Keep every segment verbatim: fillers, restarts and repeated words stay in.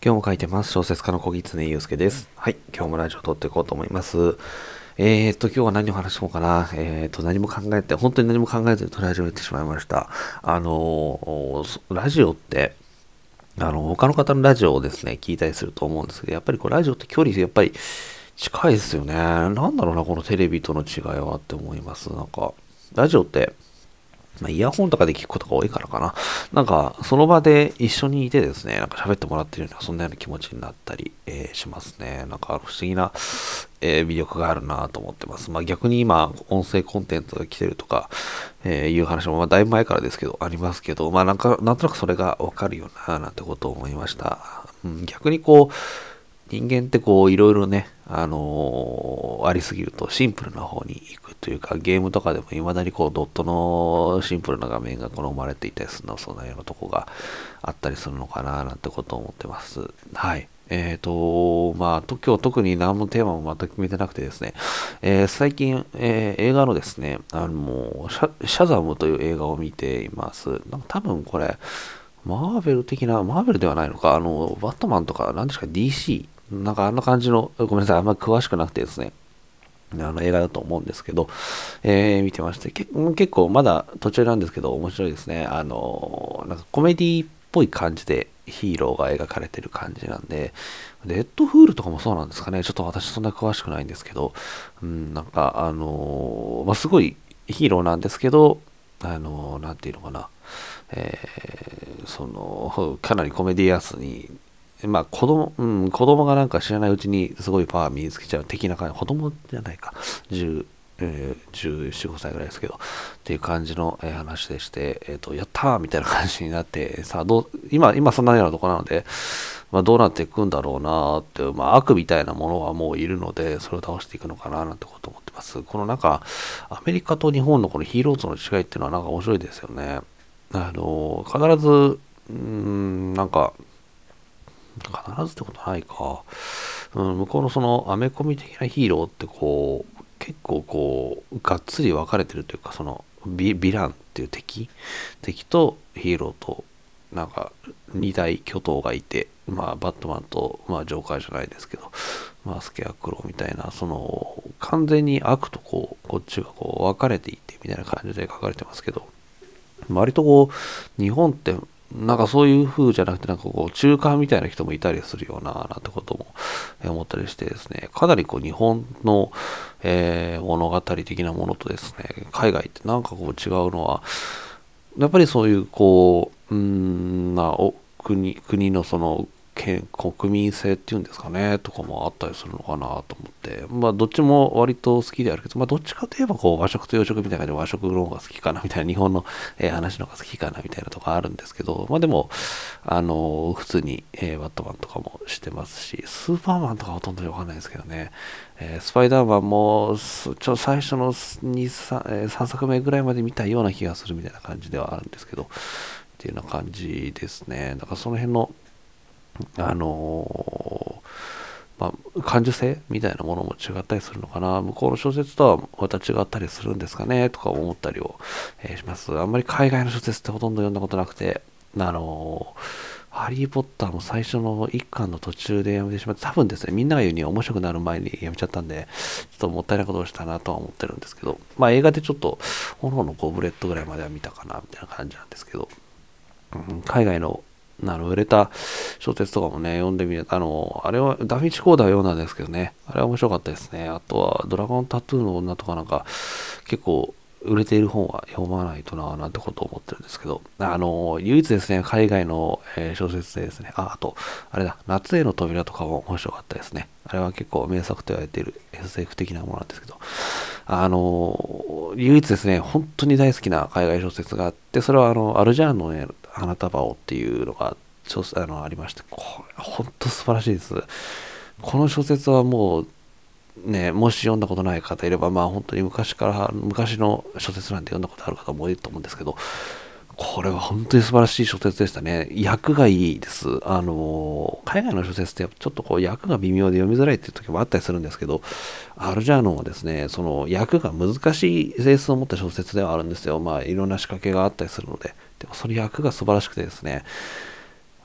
今日も書いてます。小説家の小木常祐介です。はい。今日もラジオを撮っていこうと思います。えーっと、今日は何を話そうかな。えーっと、何も考えて、本当に何も考えずにとりあえず始めてしまいました。あのーラジオって、あの、他の方のラジオをですね、聞いたりすると思うんですけど、やっぱりこう、ラジオって距離、やっぱり近いですよね。なんだろうな、このテレビとの違いはって思います。なんか、ラジオって、まあ、イヤホンとかで聞くことが多いからかな。なんか、その場で一緒にいてですね、なんか喋ってもらってるような、そんなような気持ちになったり、えーしますね。なんか不思議な、えー魅力があるなと思ってます。まあ逆に今、音声コンテンツが来てるとか、えーいう話も、まあだいぶ前からですけど、ありますけど、まあなんか、なんとなくそれがわかるよな、なんてことを思いました。うん、逆にこう、人間ってこういろいろね、あのーありすぎるとシンプルな方に行くというか、ゲームとかでも未だにこうドットのシンプルな画面が好まれていたりするのはそんなようなとこがあったりするのかななんてことを思ってます。はい。えーと、まあ、と今日特に何のテーマも全く決めてなくてですね、えー最近、えー映画のですね、あのシャ、シャザムという映画を見ています。なんか多分これ、マーベル的な、マーベルではないのか、あの、バットマンとか、何ですか、ディーシー、なんかあんな感じの、ごめんなさい、あんまり詳しくなくてですね、あの映画だと思うんですけど、えー見てまして、け結構まだ途中なんですけど、面白いですね。あの、なんかコメディっぽい感じでヒーローが描かれてる感じなんで、レッドフールとかもそうなんですかね。ちょっと私そんな詳しくないんですけど、うん、なんかあのまあ、すごいヒーローなんですけど、あのなんていうのかな。えーその、かなりコメディアスに、まあ子供、うん、子供がなんか知らないうちにすごいパワー身につけちゃう的な感じ、子供じゃないか、じゅう、えー、じゅうよん、ごさいぐらいですけど、っていう感じの、えー話でして、えっ、と、やったーみたいな感じになって、さあ、どう、今、今そんなようなとこなので、まあどうなっていくんだろうなーって、まあ悪みたいなものはもういるので、それを倒していくのかななんてことを思ってます。このなんか、アメリカと日本のこのヒーローズの違いっていうのはなんか面白いですよね。あの、必ず、うーん、なんか、必ずってことないか。うん、向こうのそのアメコミ的なヒーローってこう、結構こう、がっつり分かれてるというか、その、ビヴィランっていう敵敵とヒーローと、なんか、二大巨頭がいて、まあ、バットマンと、まあ、ジョーカーじゃないですけど、まあ、スケアクローみたいな、その、完全に悪とこう、こっちがこう、分かれていて、みたいな感じで書かれてますけど、割とこう、日本って、なんかそういう風じゃなくて、なんかこう、中間みたいな人もいたりするような、なんてこともえー思ったりしてですね、かなりこう、日本の、えー物語的なものとですね、海外ってなんかこう違うのは、やっぱりそういうこう、うーん、なお国、国のその、県国民性っていうんですかね、とかもあったりするのかなと思って、まあどっちも割と好きであるけど、まあどっちかといえばこう和食と洋食みたいな感じで和食の方が好きかなみたいな、日本の、えー話の方が好きかなみたいなとこあるんですけど、まあでも、あのー普通に、えーバットマンとかもしてますし、スーパーマンとかほとんどわかんないですけどね、えースパイダーマンも、すちょ最初のに、さん、えーさんさくめぐらいまで見たような気がするみたいな感じではあるんですけど、っていうような感じですね。だからその辺の、あのーまあ、感受性みたいなものも違ったりするのかな。向こうの小説とはまた違ったりするんですかねとか思ったりを、えーします。あんまり海外の小説ってほとんど読んだことなくて、あのーハリー・ポッターも最初の一巻の途中でやめてしまって、多分ですね、みんなが言うには面白くなる前にやめちゃったんで、ちょっともったいないことをしたなとは思ってるんですけど、まあ映画でちょっと、炎のゴブレットぐらいまでは見たかな、みたいな感じなんですけど、うん、海外のあの売れた小説とかもね、読んでみる。あの、あれは、ダヴィンチコーダーは読んだんですけどね、あれは面白かったですね。あとは、ドラゴンタトゥーの女とかなんか、結構、売れている本は読まないとなぁなんてことを思ってるんですけど、あの、唯一ですね、海外の、えー小説でですね、あ、あと、あれだ、夏への扉とかも面白かったですね。あれは結構名作と言われている エスエフ 的なものなんですけど、あの、唯一ですね、本当に大好きな海外小説があって、それはあの、アルジャーノンへ花束をっていうのが、小説あの、ありまして、これ、本当素晴らしいです。この小説はもう、ね、もし読んだことない方いれば、まあ本当に昔から、昔の小説なんて読んだことある方も多いと思うんですけど、これは本当に素晴らしい小説でしたね。訳がいいです。あの、海外の小説ってちょっとこう訳が微妙で読みづらいっていう時もあったりするんですけど、アルジャーノンはですね、その訳が難しい性質を持った小説ではあるんですよ。まあいろんな仕掛けがあったりするので。でもその訳が素晴らしくてですね、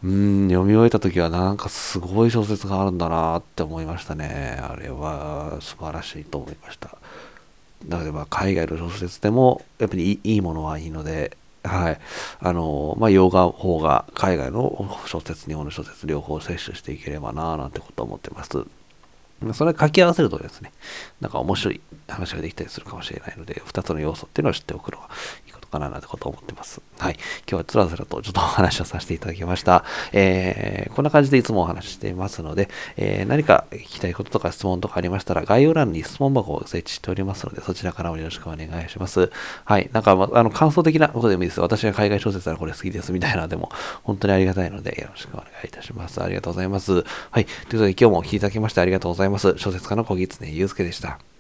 うーん、読み終えた時はなんかすごい小説があるんだなって思いましたね。あれは素晴らしいと思いました。なのでまあ海外の小説でもやっぱりいいいいものはいいので、はい。あの、まあ洋画、邦画、海外の小説、日本の小説両方摂取していければなぁなんてことを思ってます。それ掛け合わせるとですね、なんか面白い話ができたりするかもしれないので、二つの要素っていうのを知っておくのがいいことかななんてことを思ってます。はい。今日はつらつらとちょっとお話をさせていただきました。えー、こんな感じでいつもお話ししていますので、えー、何か聞きたいこととか質問とかありましたら、概要欄に質問箱を設置しておりますので、そちらからもよろしくお願いします。はい。なんか、ま、あの、感想的なことでもいいです。私が海外小説ならこれ好きですみたいなのでも、本当にありがたいので、よろしくお願いいたします。ありがとうございます。はい。ということで、今日もお聞きいただきましてありがとうございます。小説家の小木常祐介でした。